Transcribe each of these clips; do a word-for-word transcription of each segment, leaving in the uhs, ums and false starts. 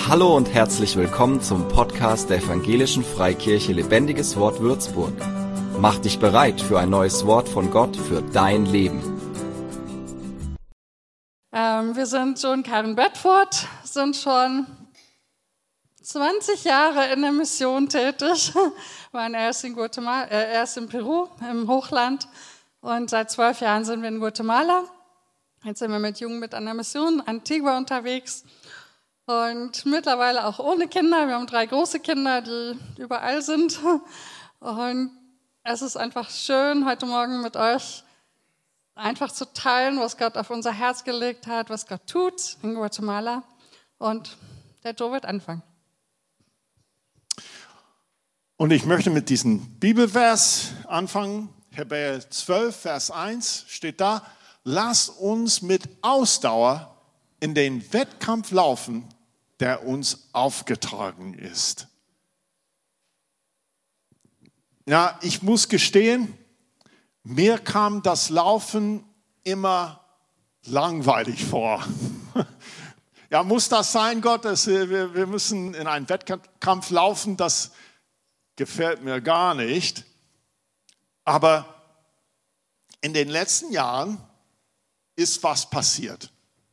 Hallo und herzlich willkommen zum Podcast der Evangelischen Freikirche Lebendiges Wort Würzburg. Mach dich bereit für ein neues Wort von Gott für dein Leben. Ähm, wir sind Joe und Karen Bedford, sind schon zwanzig Jahre in der Mission tätig, waren erst in, Guatemala, äh, erst in Peru, im Hochland, und seit zwölf Jahren sind wir in Guatemala. Jetzt sind wir mit Jungen mit an der Mission, Antigua unterwegs und mittlerweile auch ohne Kinder. Wir haben drei große Kinder, die überall sind, und es ist einfach schön, heute Morgen mit euch einfach zu teilen, was Gott auf unser Herz gelegt hat, was Gott tut in Guatemala, und der Joe wird anfangen. Und ich möchte mit diesem Bibelvers anfangen. Hebräer zwölf, Vers eins steht da: Lass uns mit Ausdauer in den Wettkampf laufen, der uns aufgetragen ist. Ja, ich muss gestehen, mir kam das Laufen immer langweilig vor. Ja, muss das sein, Gott? Dass wir, wir müssen in einen Wettkampf laufen, das gefällt mir gar nicht. Aber in den letzten Jahren ist was passiert.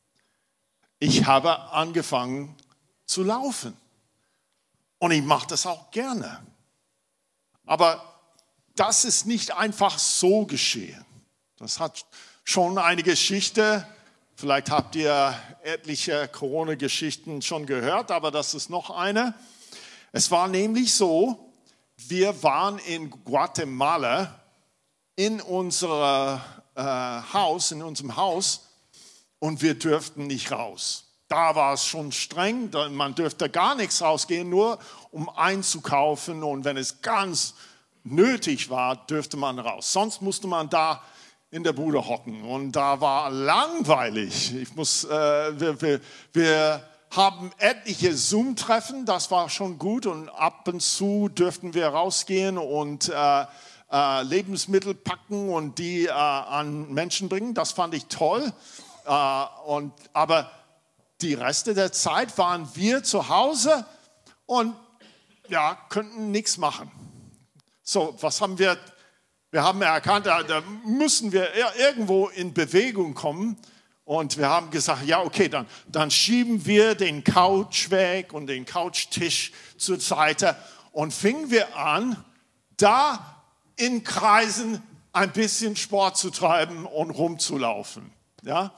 Ich habe angefangen zu laufen. Und ich mache das auch gerne. Aber das ist nicht einfach so geschehen. Das hat schon eine Geschichte. Vielleicht habt ihr etliche Corona-Geschichten schon gehört, aber das ist noch eine. Es war nämlich so, wir waren in Guatemala in unserem äh, Haus, in unserem Haus, und wir dürften nicht raus. Da war es schon streng, man dürfte gar nichts rausgehen, nur um einzukaufen, und wenn es ganz nötig war, dürfte man raus. Sonst musste man da in der Bude hocken, und da war langweilig. Ich muss, äh, wir, wir, wir haben etliche Zoom-Treffen, das war schon gut, und ab und zu dürften wir rausgehen und äh, äh, Lebensmittel packen und die äh, an Menschen bringen. Das fand ich toll. Äh, und, aber die Reste der Zeit waren wir zu Hause und ja, könnten nichts machen. So, was haben wir? Wir haben erkannt, da, da müssen wir irgendwo in Bewegung kommen. Und wir haben gesagt, ja, okay, dann, dann schieben wir den Couch weg und den Couchtisch zur Seite und fingen wir an, da in Kreisen ein bisschen Sport zu treiben und rumzulaufen. Ja?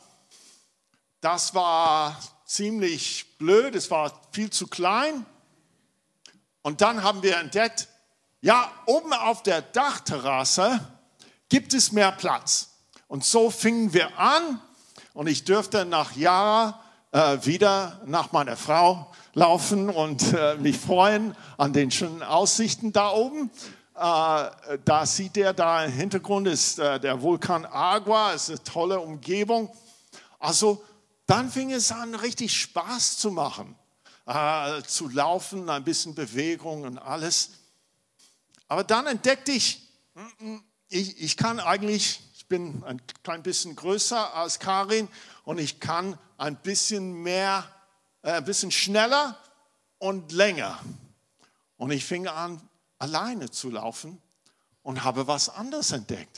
Das war ziemlich blöd, es war viel zu klein. Und dann haben wir entdeckt, ja, oben auf der Dachterrasse gibt es mehr Platz. Und so fingen wir an. Und ich dürfte nach Jahren äh, wieder nach meiner Frau laufen und äh, mich freuen an den schönen Aussichten da oben. Äh, da sieht ihr, da im Hintergrund ist äh, der Vulkan Agua, ist eine tolle Umgebung. Also dann fing es an, richtig Spaß zu machen, äh, zu laufen, ein bisschen Bewegung und alles. Aber dann entdeckte ich, ich, ich kann eigentlich... Ich bin ein klein bisschen größer als Karin und ich kann ein bisschen mehr, äh, ein bisschen schneller und länger. Und ich fing an, alleine zu laufen und habe was anderes entdeckt.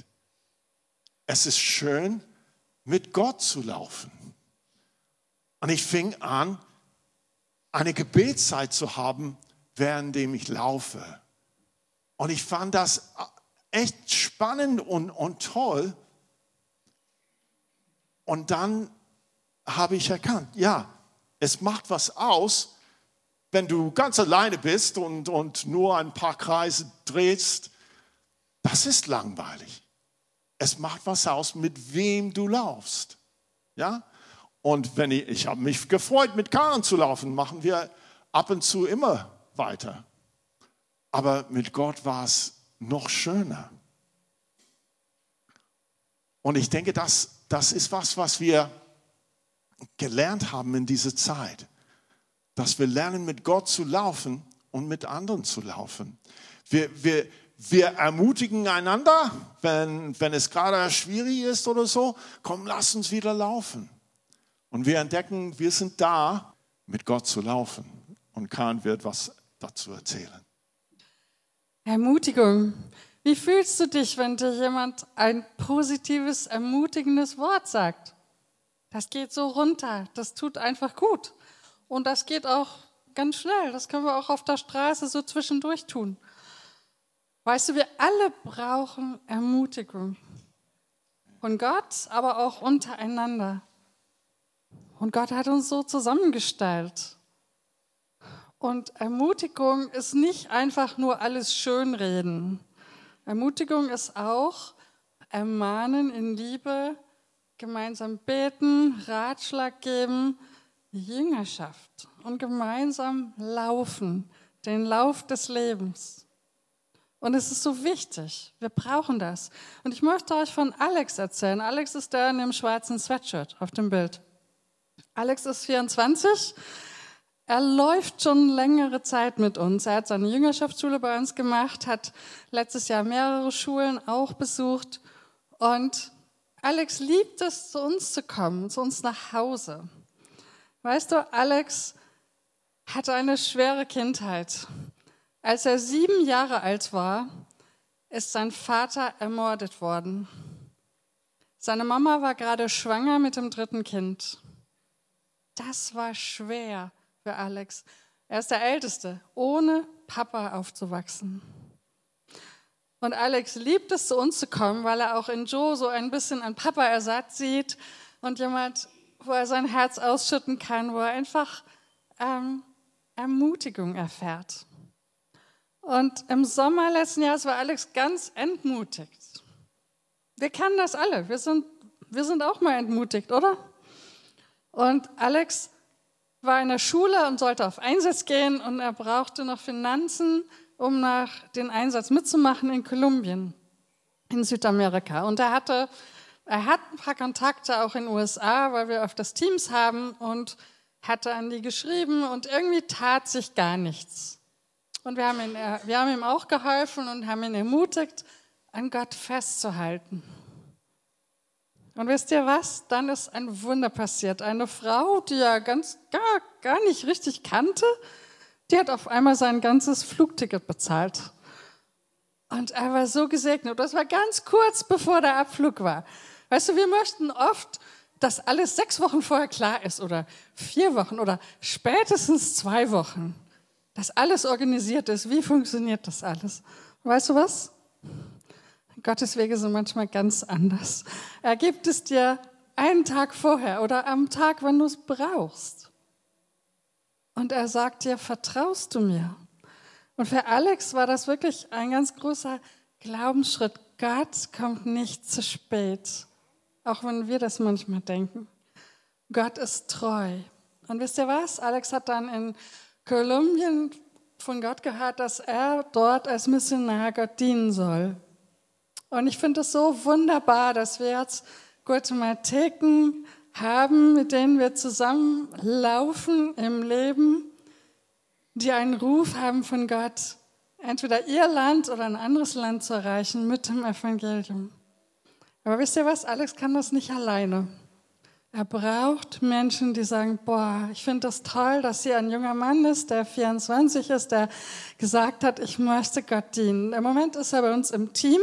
Es ist schön, mit Gott zu laufen. Und ich fing an, eine Gebetszeit zu haben, währenddem ich laufe. Und ich fand das echt spannend und, und toll. Und dann habe ich erkannt, ja, es macht was aus, wenn du ganz alleine bist und, und nur ein paar Kreise drehst. Das ist langweilig. Es macht was aus, mit wem du laufst. Ja? Und wenn ich, ich habe mich gefreut, mit Karen zu laufen, machen wir ab und zu immer weiter. Aber mit Gott war es noch schöner. Und ich denke, das, das ist was, was wir gelernt haben in dieser Zeit. Dass wir lernen, mit Gott zu laufen und mit anderen zu laufen. Wir, wir, wir ermutigen einander, wenn, wenn es gerade schwierig ist oder so, komm, lass uns wieder laufen. Und wir entdecken, wir sind da, mit Gott zu laufen. und Karen wird was dazu erzählen. Ermutigung. Wie fühlst du dich, wenn dir jemand ein positives, ermutigendes Wort sagt? Das geht so runter, das tut einfach gut. Und das geht auch ganz schnell, das können wir auch auf der Straße so zwischendurch tun. Weißt du, wir alle brauchen Ermutigung. Von Gott, aber auch untereinander. Und Gott hat uns so zusammengestellt. Und Ermutigung ist nicht einfach nur alles schönreden. Ermutigung ist auch ermahnen in Liebe, gemeinsam beten, Ratschlag geben, Jüngerschaft und gemeinsam laufen, den Lauf des Lebens. Und es ist so wichtig, wir brauchen das. Und ich möchte euch von Alex erzählen. Alex ist der in dem schwarzen Sweatshirt auf dem Bild. Alex ist vierundzwanzig. Er läuft schon längere Zeit mit uns. Er hat seine Jüngerschaftsschule bei uns gemacht, hat letztes Jahr mehrere Schulen auch besucht. Und Alex liebt es, zu uns zu kommen, zu uns nach Hause. Weißt du, Alex hatte eine schwere Kindheit. Als er sieben Jahre alt war, ist sein Vater ermordet worden. Seine Mama war gerade schwanger mit dem dritten Kind. Das war schwer für Alex. Er ist der Älteste, ohne Papa aufzuwachsen. Und Alex liebt es, zu uns zu kommen, weil er auch in Joe so ein bisschen einen Papa-Ersatz sieht und jemand, wo er sein Herz ausschütten kann, wo er einfach ähm, Ermutigung erfährt. Und im Sommer letzten Jahres war Alex ganz entmutigt. Wir kennen das alle, wir sind, wir sind auch mal entmutigt, oder? Und Alex war in der Schule und sollte auf Einsatz gehen und er brauchte noch Finanzen, um nach den Einsatz mitzumachen in Kolumbien, in Südamerika. Und er hatte, er hat ein paar Kontakte auch in den U S A, weil wir öfters Teams haben und hatte an die geschrieben und irgendwie tat sich gar nichts. Und wir haben, ihn, wir haben ihm auch geholfen und haben ihn ermutigt, an Gott festzuhalten. Und wisst ihr was? Dann ist ein Wunder passiert. Eine Frau, die er ganz, gar, gar nicht richtig kannte, die hat auf einmal sein ganzes Flugticket bezahlt. Und er war so gesegnet. Das war ganz kurz, bevor der Abflug war. Weißt du, wir möchten oft, dass alles sechs Wochen vorher klar ist oder vier Wochen oder spätestens zwei Wochen. Dass alles organisiert ist. Wie funktioniert das alles? Weißt du was? Gottes Wege sind manchmal ganz anders. Er gibt es dir einen Tag vorher oder am Tag, wenn du es brauchst. Und er sagt dir, vertraust du mir? Und für Alex war das wirklich ein ganz großer Glaubensschritt. Gott kommt nicht zu spät, auch wenn wir das manchmal denken. Gott ist treu. Und wisst ihr was? Alex hat dann in Kolumbien von Gott gehört, dass er dort als Missionar Gott dienen soll. Und ich finde es so wunderbar, dass wir jetzt Guatemalteken haben, mit denen wir zusammen laufen im Leben, die einen Ruf haben von Gott, entweder ihr Land oder ein anderes Land zu erreichen mit dem Evangelium. Aber wisst ihr was? Alex kann das nicht alleine. Er braucht Menschen, die sagen, boah, ich finde das toll, dass hier ein junger Mann ist, der vierundzwanzig ist, der gesagt hat, ich möchte Gott dienen. Im Moment ist er bei uns im Team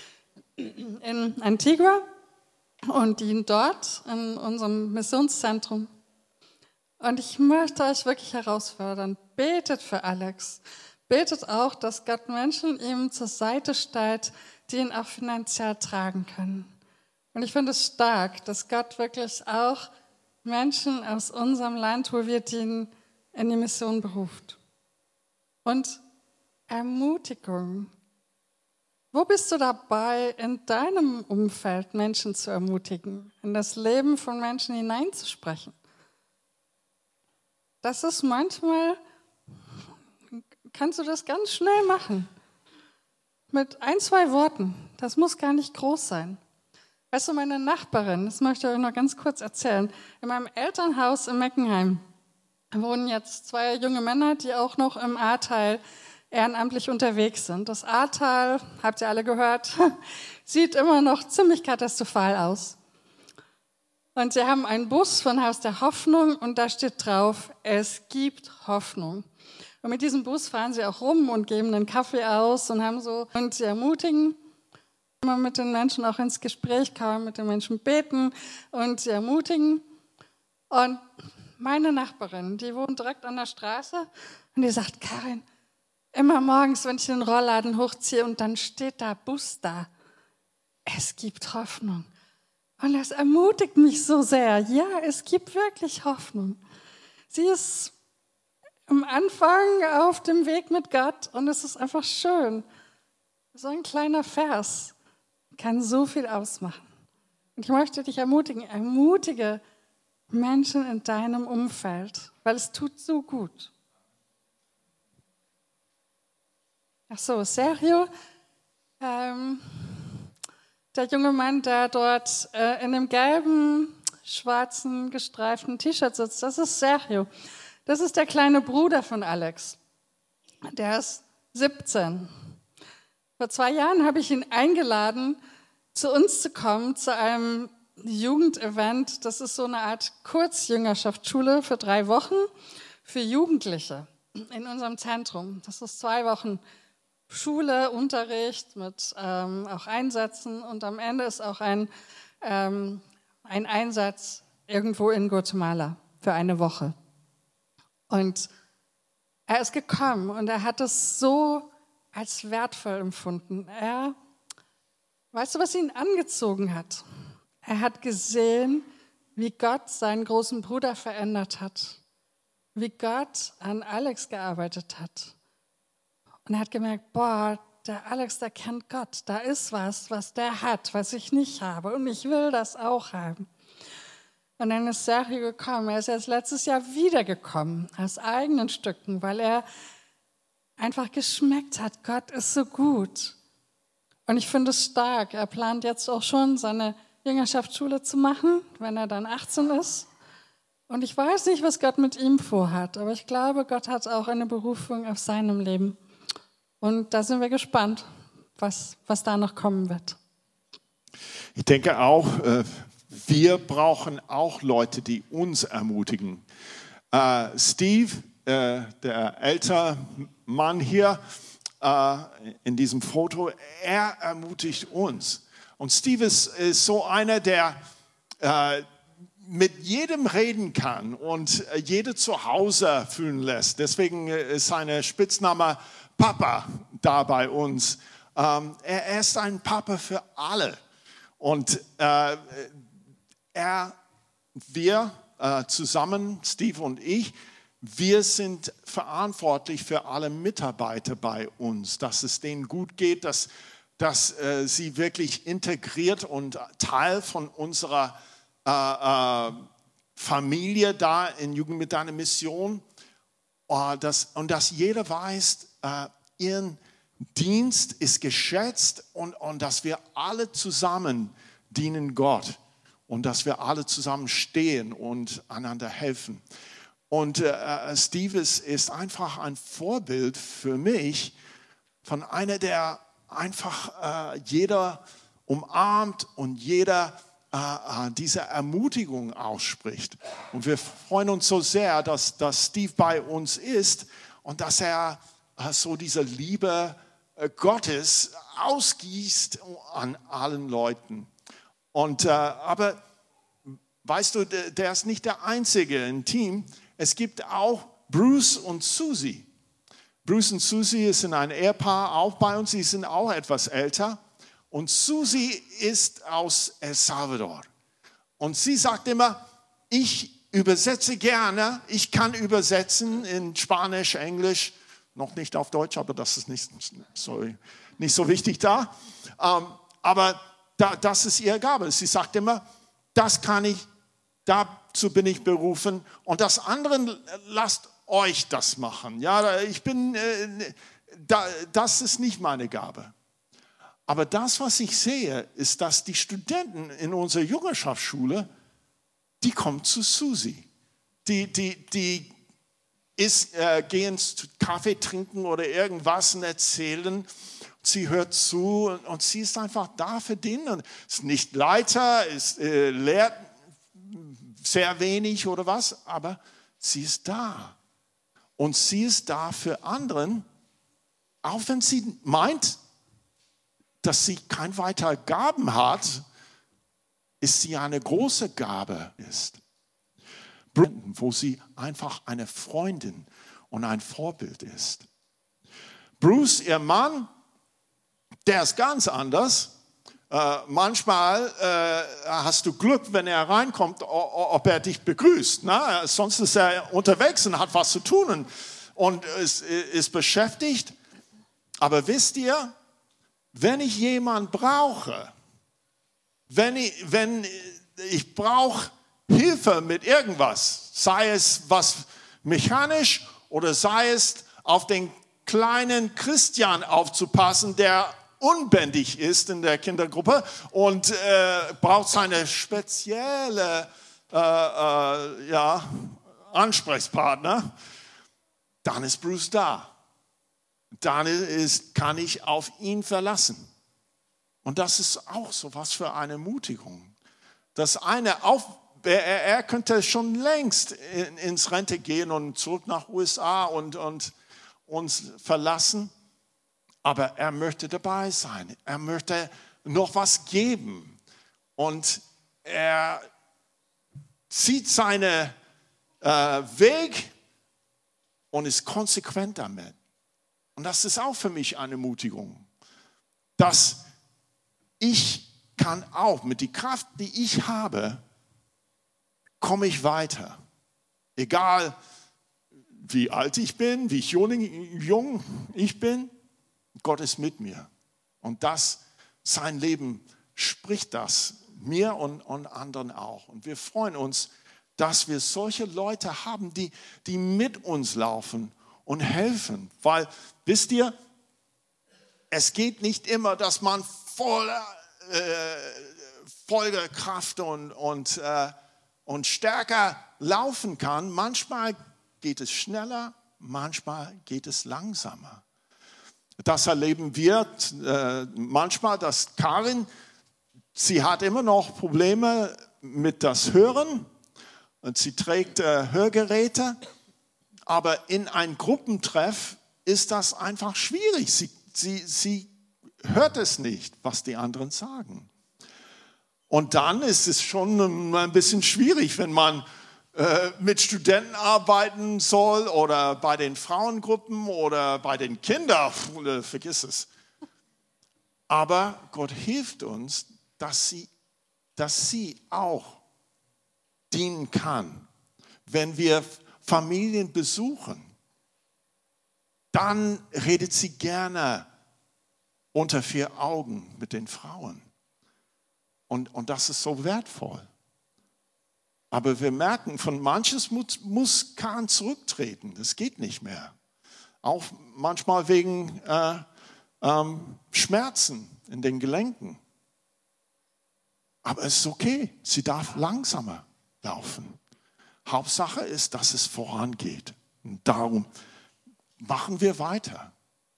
in Antigua und dient dort in unserem Missionszentrum. Und ich möchte euch wirklich herausfordern, betet für Alex. Betet auch, dass Gott Menschen ihm zur Seite stellt, die ihn auch finanziell tragen können. Und ich finde es stark, dass Gott wirklich auch Menschen aus unserem Land, wo wir dienen, in die Mission beruft. Und Ermutigung. Wo bist du dabei, in deinem Umfeld Menschen zu ermutigen, in das Leben von Menschen hineinzusprechen? Das ist manchmal, kannst du das ganz schnell machen. Mit ein, zwei Worten. Das muss gar nicht groß sein. Weißt du, meine Nachbarin, das möchte ich euch noch ganz kurz erzählen, in meinem Elternhaus in Meckenheim wohnen jetzt zwei junge Männer, die auch noch im Ahrtal ehrenamtlich unterwegs sind. Das Ahrtal, habt ihr alle gehört, sieht immer noch ziemlich katastrophal aus. Und sie haben einen Bus von Haus der Hoffnung und da steht drauf, es gibt Hoffnung. Und mit diesem Bus fahren sie auch rum und geben einen Kaffee aus und haben so, und sie ermutigen, immer mit den Menschen auch ins Gespräch kommen, mit den Menschen beten und sie ermutigen. Und meine Nachbarin, die wohnt direkt an der Straße und die sagt, Karin, immer morgens, wenn ich den Rollladen hochziehe und dann steht da Bus da, es gibt Hoffnung. Und das ermutigt mich so sehr. Ja, es gibt wirklich Hoffnung. Sie ist am Anfang auf dem Weg mit Gott und es ist einfach schön. So ein kleiner Vers kann so viel ausmachen. Und ich möchte dich ermutigen, ermutige Menschen in deinem Umfeld, weil es tut so gut. Ach so, Sergio, ähm, der junge Mann, der dort äh, in einem gelben, schwarzen, gestreiften T-Shirt sitzt, das ist Sergio. Das ist der kleine Bruder von Alex. Der ist siebzehn. Vor zwei Jahren habe ich ihn eingeladen, zu uns zu kommen, zu einem Jugendevent. Das ist so eine Art Kurzjüngerschaftsschule für drei Wochen für Jugendliche in unserem Zentrum. Das ist zwei Wochen Schule, Unterricht mit ähm, auch Einsätzen und am Ende ist auch ein, ähm, ein Einsatz irgendwo in Guatemala für eine Woche. Und er ist gekommen und er hat es so als wertvoll empfunden. Er, weißt du, was ihn angezogen hat? Er hat gesehen, wie Gott seinen großen Bruder verändert hat, wie Gott an Alex gearbeitet hat. Und er hat gemerkt, boah, der Alex, der kennt Gott, da ist was, was der hat, was ich nicht habe und ich will das auch haben. Und dann ist Sergio gekommen, er ist erst letztes Jahr wiedergekommen, aus eigenen Stücken, weil er einfach geschmeckt hat, Gott ist so gut. Und ich finde es stark, er plant jetzt auch schon seine Jüngerschaftsschule zu machen, wenn er dann achtzehn ist. Und ich weiß nicht, was Gott mit ihm vorhat, aber ich glaube, Gott hat auch eine Berufung auf seinem Leben. Und da sind wir gespannt, was, was da noch kommen wird. Ich denke auch, wir brauchen auch Leute, die uns ermutigen. Steve, der ältere Mann hier in diesem Foto, er ermutigt uns. Und Steve ist, ist so einer, der mit jedem reden kann und jede zu Hause fühlen lässt. Deswegen ist sein Spitzname Papa da bei uns. Ähm, er, er ist ein Papa für alle. Und äh, er, wir äh, zusammen, Steve und ich, wir sind verantwortlich für alle Mitarbeiter bei uns, dass es denen gut geht, dass, dass äh, sie wirklich integriert und Teil von unserer äh, äh, Familie da in Jugend mit einer Mission. Oh, das, und dass jeder weiß, äh, ihr Dienst ist geschätzt und, und dass wir alle zusammen dienen Gott und dass wir alle zusammen stehen und einander helfen. Und äh, Steve ist, ist einfach ein Vorbild für mich von einer, der einfach äh, jeder umarmt und jeder äh, diese Ermutigung ausspricht. Und wir freuen uns so sehr, dass, dass Steve bei uns ist und dass er äh, so diese Liebe äh, Gottes ausgießt an allen Leuten. Und, äh, aber weißt du, der ist nicht der Einzige im Team. Es gibt auch Bruce und Susie. Bruce und Susie sind ein Ehepaar, auch bei uns. Sie sind auch etwas älter. Und Susie ist aus El Salvador. Und sie sagt immer, ich übersetze gerne. Ich kann übersetzen in Spanisch, Englisch. Noch nicht auf Deutsch, aber das ist nicht so, nicht so wichtig da. Ähm, aber da, das ist ihre Gabe. Sie sagt immer, das kann ich, dazu bin ich berufen. Und das andere, lasst euch das machen. Ja, ich bin, äh, da, das ist nicht meine Gabe. Aber das, was ich sehe, ist, dass die Studenten in unserer Jüngerschaftsschule, die kommen zu Susie. Die, die, die ist, äh, gehen Kaffee trinken oder irgendwas und erzählen. Sie hört zu und, und sie ist einfach da für den. Und ist nicht Leiter, ist, äh, lehrt sehr wenig oder was, aber sie ist da. Und sie ist da für anderen, auch wenn sie meint, dass sie keine weiteren Gaben hat, ist sie eine große Gabe ist. Wo sie einfach eine Freundin und ein Vorbild ist. Bruce, ihr Mann, der ist ganz anders. Äh, manchmal äh, hast du Glück, wenn er reinkommt, ob er dich begrüßt. Ne? Sonst ist er unterwegs und hat was zu tun und, und ist, ist beschäftigt. Aber wisst ihr, wenn ich jemanden brauche, wenn ich, wenn ich brauche Hilfe mit irgendwas, sei es was mechanisch oder sei es auf den kleinen Christian aufzupassen, der unbändig ist in der Kindergruppe und äh, braucht seine spezielle äh, äh, ja, Ansprechpartner, dann ist Bruce da. Dann ist, kann ich auf ihn verlassen. Und das ist auch so was für eine Ermutigung. Das eine auf, er, er könnte schon längst in, ins Rente gehen und zurück nach U S A und, und uns verlassen. Aber er möchte dabei sein. Er möchte noch was geben. Und er zieht seinen äh, Weg und ist konsequent damit. Und das ist auch für mich eine Ermutigung, dass ich kann auch mit der Kraft, die ich habe, komme ich weiter. Egal wie alt ich bin, wie jung ich bin, Gott ist mit mir. Und das, sein Leben spricht das mir und, und anderen auch. Und wir freuen uns, dass wir solche Leute haben, die, die mit uns laufen und helfen. Weil, wisst ihr, es geht nicht immer, dass man voller äh, voller Kraft und, und, äh, und stärker laufen kann. Manchmal geht es schneller, manchmal geht es langsamer. Das erleben wir äh, manchmal, dass Karin, sie hat immer noch Probleme mit das Hören und sie trägt äh, Hörgeräte, aber in einem Gruppentreff ist das einfach schwierig. Sie, sie, sie hört es nicht, was die anderen sagen. Und dann ist es schon ein bisschen schwierig, wenn man äh, mit Studenten arbeiten soll oder bei den Frauengruppen oder bei den Kindern. Vergiss es. Aber Gott hilft uns, dass sie, dass sie auch dienen kann. Wenn wir Familien besuchen, dann redet sie gerne unter vier Augen mit den Frauen. Und, und das ist so wertvoll. Aber wir merken, von manches muss, muss Karin zurücktreten. Das geht nicht mehr. Auch manchmal wegen äh, ähm, Schmerzen in den Gelenken. Aber es ist okay. Sie darf langsamer laufen. Hauptsache ist, dass es vorangeht. Und darum machen wir weiter.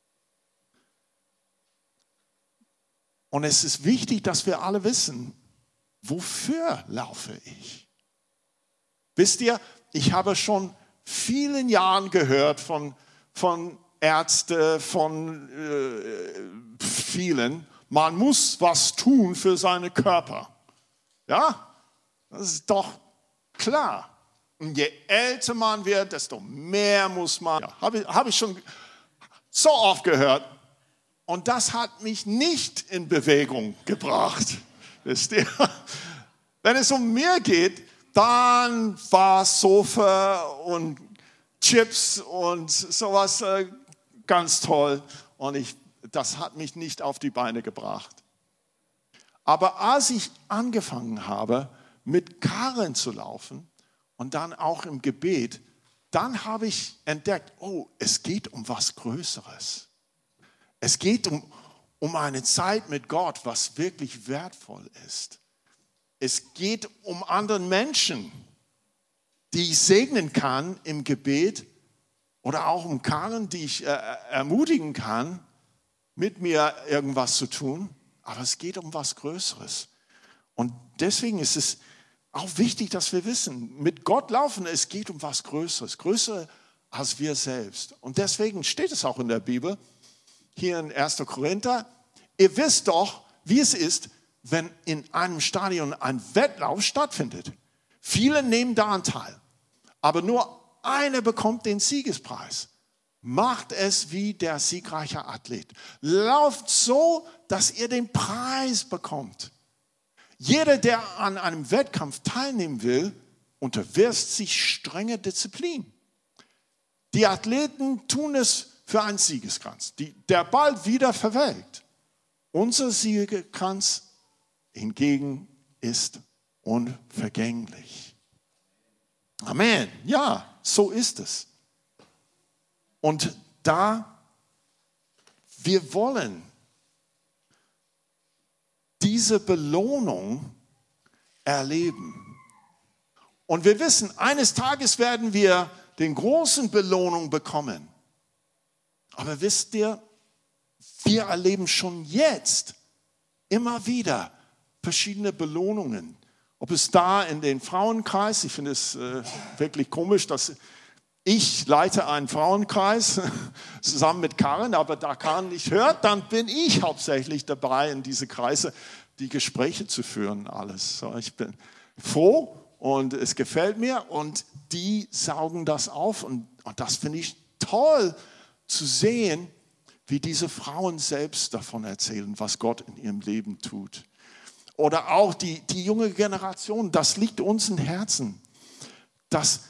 Und es ist wichtig, dass wir alle wissen, wofür laufe ich? Wisst ihr, ich habe schon vielen Jahren gehört von, von Ärzten, von äh, vielen, man muss was tun für seinen Körper. Ja, das ist doch klar. Und je älter man wird, desto mehr muss man. Ja, habe ich, hab ich schon so oft gehört. Und das hat mich nicht in Bewegung gebracht. Wisst ihr? Wenn es um mir geht, dann war Sofa und Chips und sowas äh, ganz toll. Und ich, das hat mich nicht auf die Beine gebracht. Aber als ich angefangen habe, mit Karin zu laufen und dann auch im Gebet, dann habe ich entdeckt, oh, es geht um was Größeres. Es geht um, um eine Zeit mit Gott, was wirklich wertvoll ist. Es geht um andere Menschen, die ich segnen kann im Gebet oder auch um Karin, die ich äh, ermutigen kann, mit mir irgendwas zu tun. Aber es geht um was Größeres. Und deswegen ist es auch wichtig, dass wir wissen, mit Gott laufen, es geht um was Größeres, größer als wir selbst. Und deswegen steht es auch in der Bibel, hier in erster Korinther, ihr wisst doch, wie es ist, wenn in einem Stadion ein Wettlauf stattfindet. Viele nehmen daran teil, aber nur einer bekommt den Siegespreis. Macht es wie der siegreiche Athlet. Lauft so, dass ihr den Preis bekommt. Jeder, der an einem Wettkampf teilnehmen will, unterwirft sich strenger Disziplin. Die Athleten tun es für einen Siegeskranz, die, der bald wieder verwelkt. Unser Siegeskranz hingegen ist unvergänglich. Amen. Ja, so ist es. Und da wir wollen diese Belohnung erleben. Und wir wissen, eines Tages werden wir den großen Belohnung bekommen. Aber wisst ihr, wir erleben schon jetzt immer wieder verschiedene Belohnungen. Ob es da in den Frauenkreis, ich finde es äh, wirklich komisch, dass ich leite einen Frauenkreis zusammen mit Karen, aber da Karen nicht hört, dann bin ich hauptsächlich dabei, in diese Kreise die Gespräche zu führen, alles. So, ich bin froh und es gefällt mir und die saugen das auf und, und das finde ich toll zu sehen, wie diese Frauen selbst davon erzählen, was Gott in ihrem Leben tut. Oder auch die, die junge Generation, das liegt uns im Herzen, dass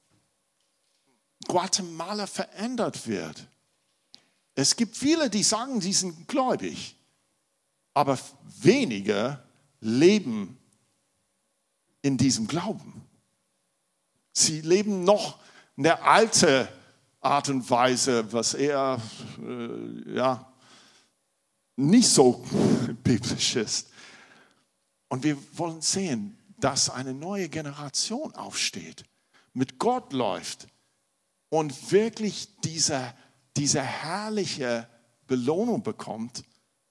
Guatemala verändert wird. Es gibt viele, die sagen, sie sind gläubig, aber wenige leben in diesem Glauben. Sie leben noch in der alten Art und Weise, was eher äh, ja, nicht so biblisch ist. Und wir wollen sehen, dass eine neue Generation aufsteht, mit Gott läuft und wirklich diese, diese herrliche Belohnung bekommt,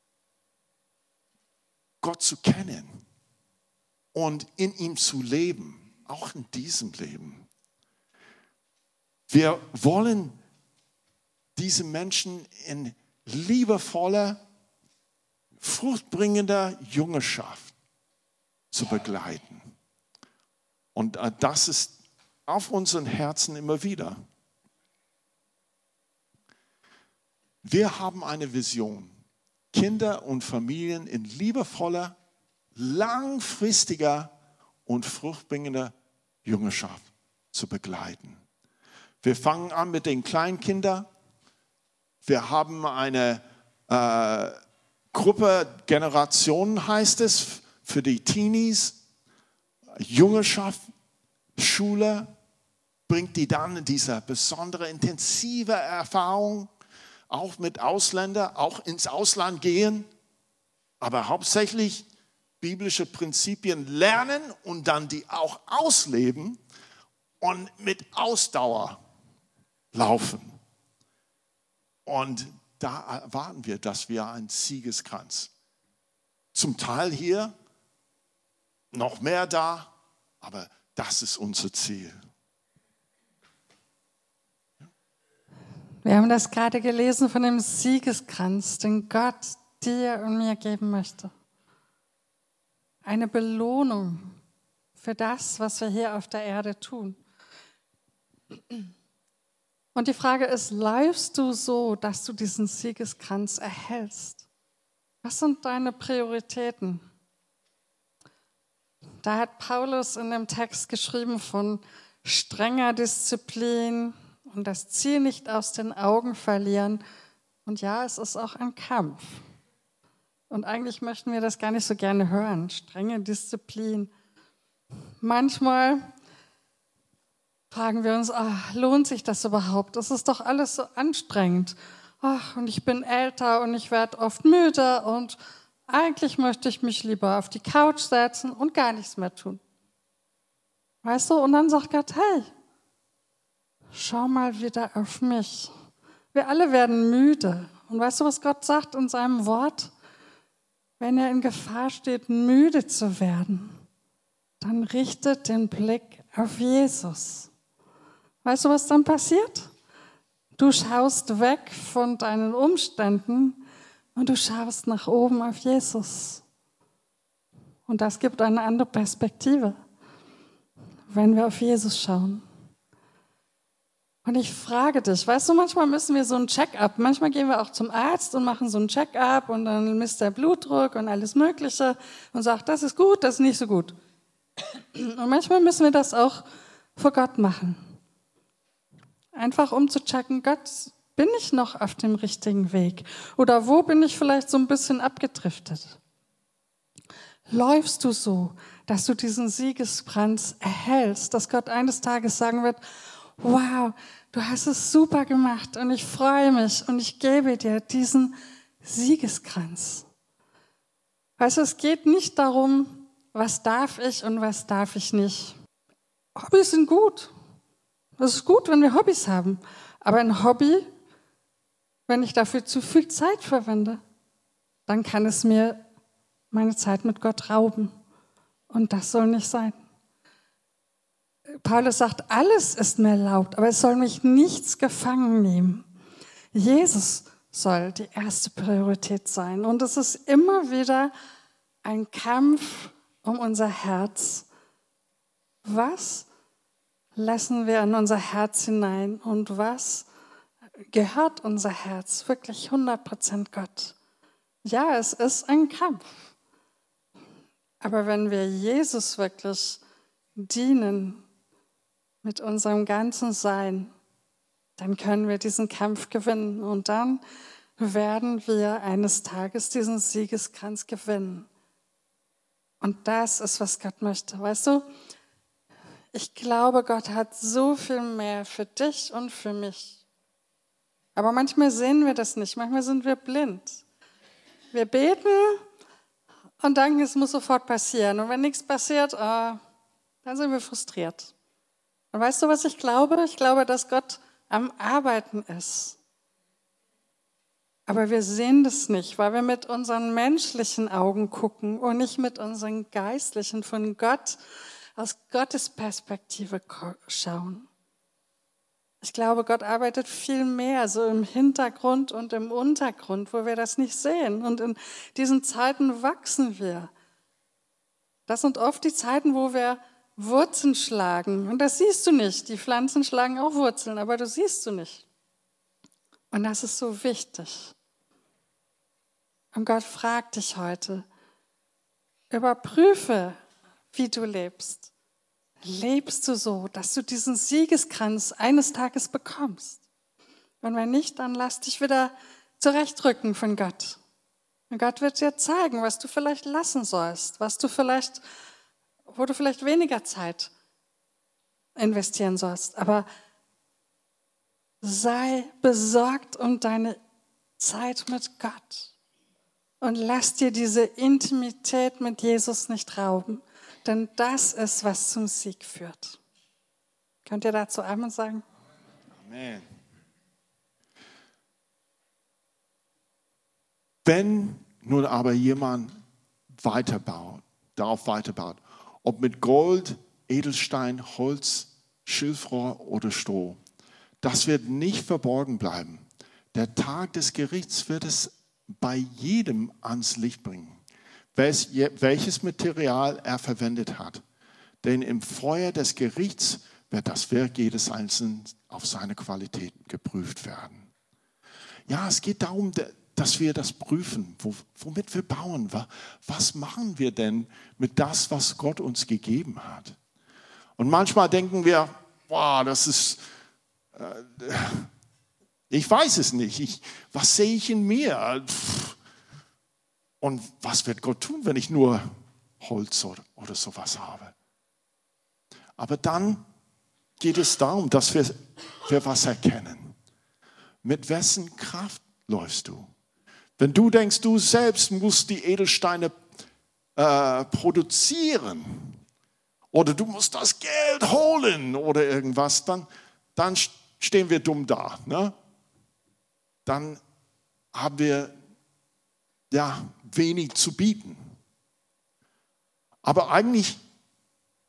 Gott zu kennen und in ihm zu leben, auch in diesem Leben. Wir wollen diese Menschen in liebevoller, fruchtbringender Jüngerschaft zu begleiten. Und das ist auf unseren Herzen immer wieder. Wir haben eine Vision, Kinder und Familien in liebevoller, langfristiger und fruchtbringender Jüngerschaft zu begleiten. Wir fangen an mit den Kleinkindern. Wir haben eine äh, Gruppe, Generationen heißt es, für die Teenies, Jüngerschaft, Schule, bringt die dann in diese besondere, intensive Erfahrung, auch mit Ausländern, auch ins Ausland gehen, aber hauptsächlich biblische Prinzipien lernen und dann die auch ausleben und mit Ausdauer laufen. Und da erwarten wir, dass wir einen Siegeskranz, zum Teil hier, noch mehr da, aber das ist unser Ziel. Wir haben das gerade gelesen von dem Siegeskranz, den Gott dir und mir geben möchte. Eine Belohnung für das, was wir hier auf der Erde tun. Und die Frage ist, läufst du so, dass du diesen Siegeskranz erhältst? Was sind deine Prioritäten? Da hat Paulus in dem Text geschrieben von strenger Disziplin und das Ziel nicht aus den Augen verlieren. Und ja, es ist auch ein Kampf. Und eigentlich möchten wir das gar nicht so gerne hören, strenge Disziplin. Manchmal fragen wir uns, ach, lohnt sich das überhaupt? Das ist doch alles so anstrengend. Ach, und ich bin älter und ich werde oft müde und eigentlich möchte ich mich lieber auf die Couch setzen und gar nichts mehr tun. Weißt du, und dann sagt Gott, hey, schau mal wieder auf mich. Wir alle werden müde. Und weißt du, was Gott sagt in seinem Wort? Wenn er in Gefahr steht, müde zu werden, dann richte den Blick auf Jesus. Weißt du, was dann passiert? Du schaust weg von deinen Umständen und du schaust nach oben auf Jesus. Und das gibt eine andere Perspektive, wenn wir auf Jesus schauen. Und ich frage dich, weißt du, manchmal müssen wir so ein Check-up, manchmal gehen wir auch zum Arzt und machen so ein Check-up und dann misst der Blutdruck und alles Mögliche und sagt, das ist gut, das ist nicht so gut. Und manchmal müssen wir das auch vor Gott machen. Einfach um zu checken, Gott, bin ich noch auf dem richtigen Weg? Oder wo bin ich vielleicht so ein bisschen abgedriftet? Läufst du so, dass du diesen Siegeskranz erhältst, dass Gott eines Tages sagen wird, wow, du hast es super gemacht und ich freue mich und ich gebe dir diesen Siegeskranz. Weißt du, es geht nicht darum, was darf ich und was darf ich nicht. Hobbys sind gut. Es ist gut, wenn wir Hobbys haben. Aber ein Hobby, wenn ich dafür zu viel Zeit verwende, dann kann es mir meine Zeit mit Gott rauben. Und das soll nicht sein. Paulus sagt, alles ist mir erlaubt, aber es soll mich nichts gefangen nehmen. Jesus soll die erste Priorität sein. Und es ist immer wieder ein Kampf um unser Herz. Was lassen wir in unser Herz hinein und was gehört unser Herz wirklich hundert Prozent Gott? Ja, es ist ein Kampf. Aber wenn wir Jesus wirklich dienen mit unserem ganzen Sein, dann können wir diesen Kampf gewinnen und dann werden wir eines Tages diesen Siegeskranz gewinnen. Und das ist, was Gott möchte. Weißt du, ich glaube, Gott hat so viel mehr für dich und für mich. Aber manchmal sehen wir das nicht, manchmal sind wir blind. Wir beten und denken, es muss sofort passieren. Und wenn nichts passiert, oh, dann sind wir frustriert. Und weißt du, was ich glaube? Ich glaube, dass Gott am Arbeiten ist. Aber wir sehen das nicht, weil wir mit unseren menschlichen Augen gucken und nicht mit unseren geistlichen, von Gott, aus Gottes Perspektive schauen. Ich glaube, Gott arbeitet viel mehr so im Hintergrund und im Untergrund, wo wir das nicht sehen. Und in diesen Zeiten wachsen wir. Das sind oft die Zeiten, wo wir Wurzeln schlagen. Und das siehst du nicht. Die Pflanzen schlagen auch Wurzeln, aber das siehst du nicht. Und das ist so wichtig. Und Gott fragt dich heute, überprüfe, wie du lebst. Lebst du so, dass du diesen Siegeskranz eines Tages bekommst? Und wenn nicht, dann lass dich wieder zurechtrücken von Gott. Und Gott wird dir zeigen, was du vielleicht lassen sollst, was du vielleicht, wo du vielleicht weniger Zeit investieren sollst. Aber sei besorgt um deine Zeit mit Gott. Und lass dir diese Intimität mit Jesus nicht rauben. Denn das ist, was zum Sieg führt. Könnt ihr dazu Amen sagen? Amen. Wenn nun aber jemand weiterbaut, darauf weiterbaut, ob mit Gold, Edelstein, Holz, Schilfrohr oder Stroh, das wird nicht verborgen bleiben. Der Tag des Gerichts wird es bei jedem ans Licht bringen, welches Material er verwendet hat. Denn im Feuer des Gerichts wird das Werk jedes Einzelnen auf seine Qualität geprüft werden. Ja, es geht darum, dass wir das prüfen, womit wir bauen. Was machen wir denn mit das, was Gott uns gegeben hat? Und manchmal denken wir, boah, das ist... Äh, Ich weiß es nicht. Ich, was sehe ich in mir? Und was wird Gott tun, wenn ich nur Holz oder, oder sowas habe? Aber dann geht es darum, dass wir, wir was erkennen. Mit wessen Kraft läufst du? Wenn du denkst, du selbst musst die Edelsteine äh, produzieren oder du musst das Geld holen oder irgendwas, dann, dann stehen wir dumm da, ne? Dann haben wir ja wenig zu bieten. Aber eigentlich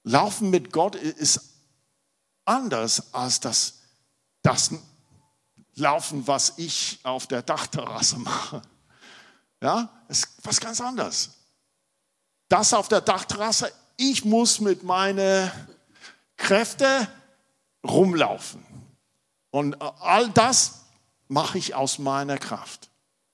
Laufen mit Gott ist anders als das, das Laufen, was ich auf der Dachterrasse mache. Ja, ist was ganz anderes. Das auf der Dachterrasse, ich muss mit meinen Kräften rumlaufen. Und all das mache ich aus meiner Kraft.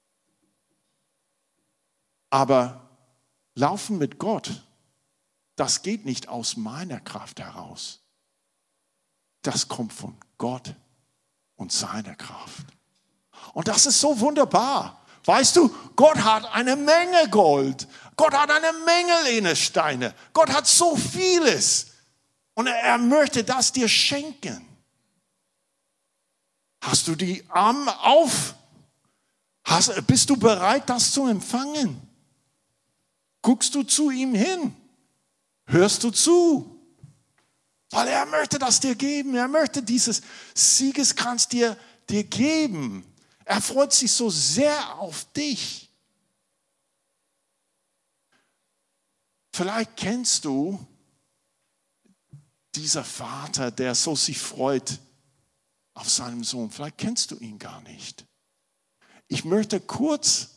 Aber Laufen mit Gott, das geht nicht aus meiner Kraft heraus. Das kommt von Gott und seiner Kraft. Und das ist so wunderbar. Weißt du, Gott hat eine Menge Gold. Gott hat eine Menge Edelsteine. Gott hat so vieles. Und er möchte das dir schenken. Hast du die Arme auf? Hast, bist du bereit, das zu empfangen? Guckst du zu ihm hin? Hörst du zu? Weil er möchte das dir geben. Er möchte dieses Siegeskranz dir, dir geben. Er freut sich so sehr auf dich. Vielleicht kennst du dieser Vater, der so sich freut auf seinen Sohn. Vielleicht kennst du ihn gar nicht. Ich möchte kurz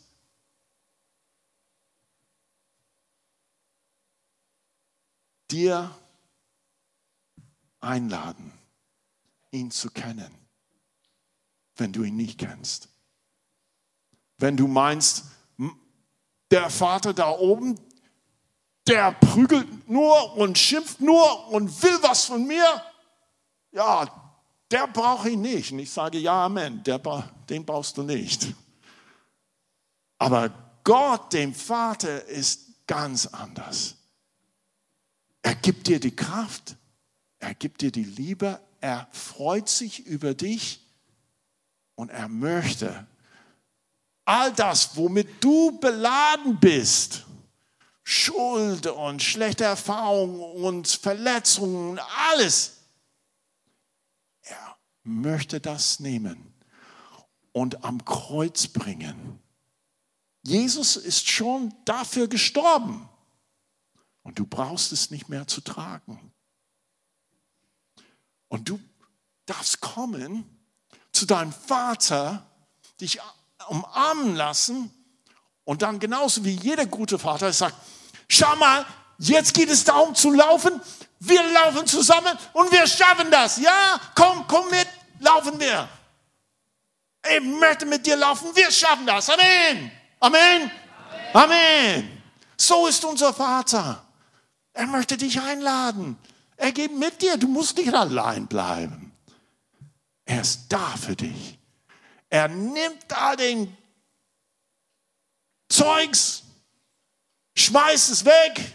dir einladen, ihn zu kennen, wenn du ihn nicht kennst. Wenn du meinst, der Vater da oben, der prügelt nur und schimpft nur und will was von mir, ja, der brauche ich nicht. Und ich sage, ja, Amen, der, den brauchst du nicht. Aber Gott, dem Vater, ist ganz anders. Er gibt dir die Kraft, er gibt dir die Liebe, er freut sich über dich und er möchte all das, womit du beladen bist, Schuld und schlechte Erfahrungen und Verletzungen, alles, er möchte das nehmen und am Kreuz bringen. Jesus ist schon dafür gestorben. Und du brauchst es nicht mehr zu tragen. Und du darfst kommen zu deinem Vater, dich umarmen lassen und dann genauso wie jeder gute Vater sagt, schau mal, jetzt geht es darum zu laufen, wir laufen zusammen und wir schaffen das. Ja, komm, komm mit, laufen wir. Ich möchte mit dir laufen, wir schaffen das. Amen. Amen. Amen. Amen. So ist unser Vater. Er möchte dich einladen. Er geht mit dir. Du musst nicht allein bleiben. Er ist da für dich. Er nimmt all den Zeugs, schmeißt es weg.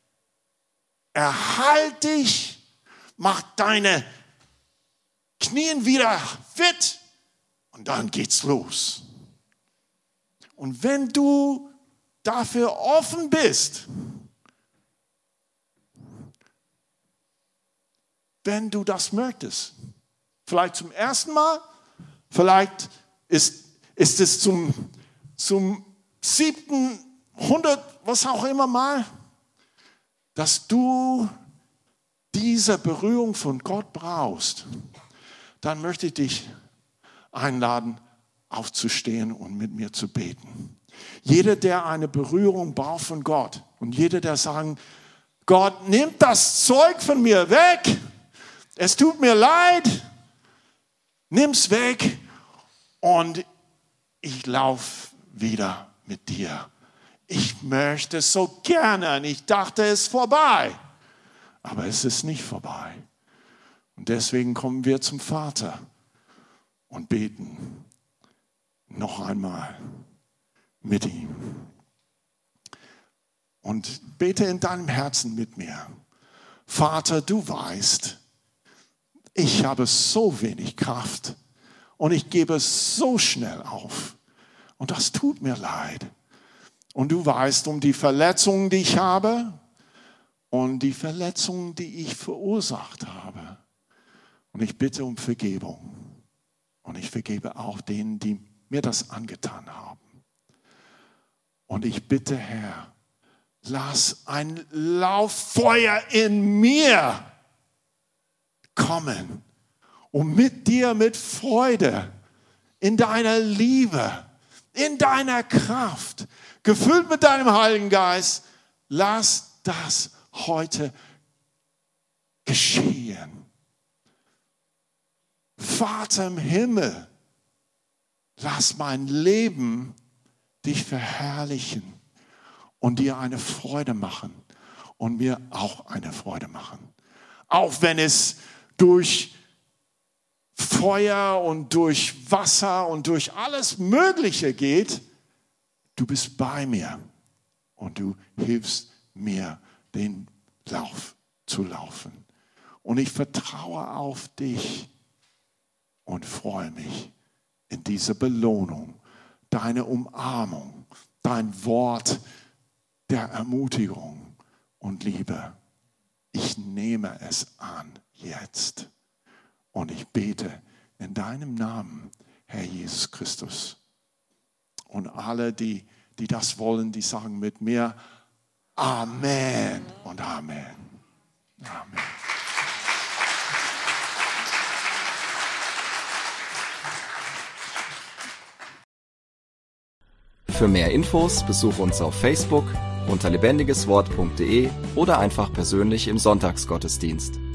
Er heilt dich, macht deine Knien wieder fit und dann geht's los. Und wenn du dafür offen bist, wenn du das möchtest, vielleicht zum ersten Mal, vielleicht ist, ist es zum, zum siebten, hundert, was auch immer Mal, dass du diese Berührung von Gott brauchst, dann möchte ich dich einladen, aufzustehen und mit mir zu beten. Jeder, der eine Berührung braucht von Gott und jeder, der sagt, Gott, nimm das Zeug von mir weg, es tut mir leid, nimm's weg und ich laufe wieder mit dir. Ich möchte so gerne und ich dachte, es ist vorbei, aber es ist nicht vorbei. Und deswegen kommen wir zum Vater und beten noch einmal mit ihm. Und bete in deinem Herzen mit mir. Vater, du weißt, ich habe so wenig Kraft und ich gebe so schnell auf. Und das tut mir leid. Und du weißt um die Verletzungen, die ich habe und die Verletzungen, die ich verursacht habe. Und ich bitte um Vergebung. Und ich vergebe auch denen, die mir das angetan haben. Und ich bitte, Herr, lass ein Lauffeuer in mir kommen, um mit dir mit Freude, in deiner Liebe, in deiner Kraft, gefüllt mit deinem Heiligen Geist, lass das heute geschehen. Vater im Himmel, lass mein Leben dich verherrlichen und dir eine Freude machen und mir auch eine Freude machen. Auch wenn es durch Feuer und durch Wasser und durch alles Mögliche geht, du bist bei mir und du hilfst mir, den Lauf zu laufen. Und ich vertraue auf dich und freue mich in diese Belohnung, deine Umarmung, dein Wort der Ermutigung und Liebe. Ich nehme es an jetzt und ich bete in deinem Namen, Herr Jesus Christus. Und alle, die, die das wollen, die sagen mit mir Amen und Amen. Amen. Für mehr Infos besuche uns auf Facebook unter lebendiges wort punkt de oder einfach persönlich im Sonntagsgottesdienst.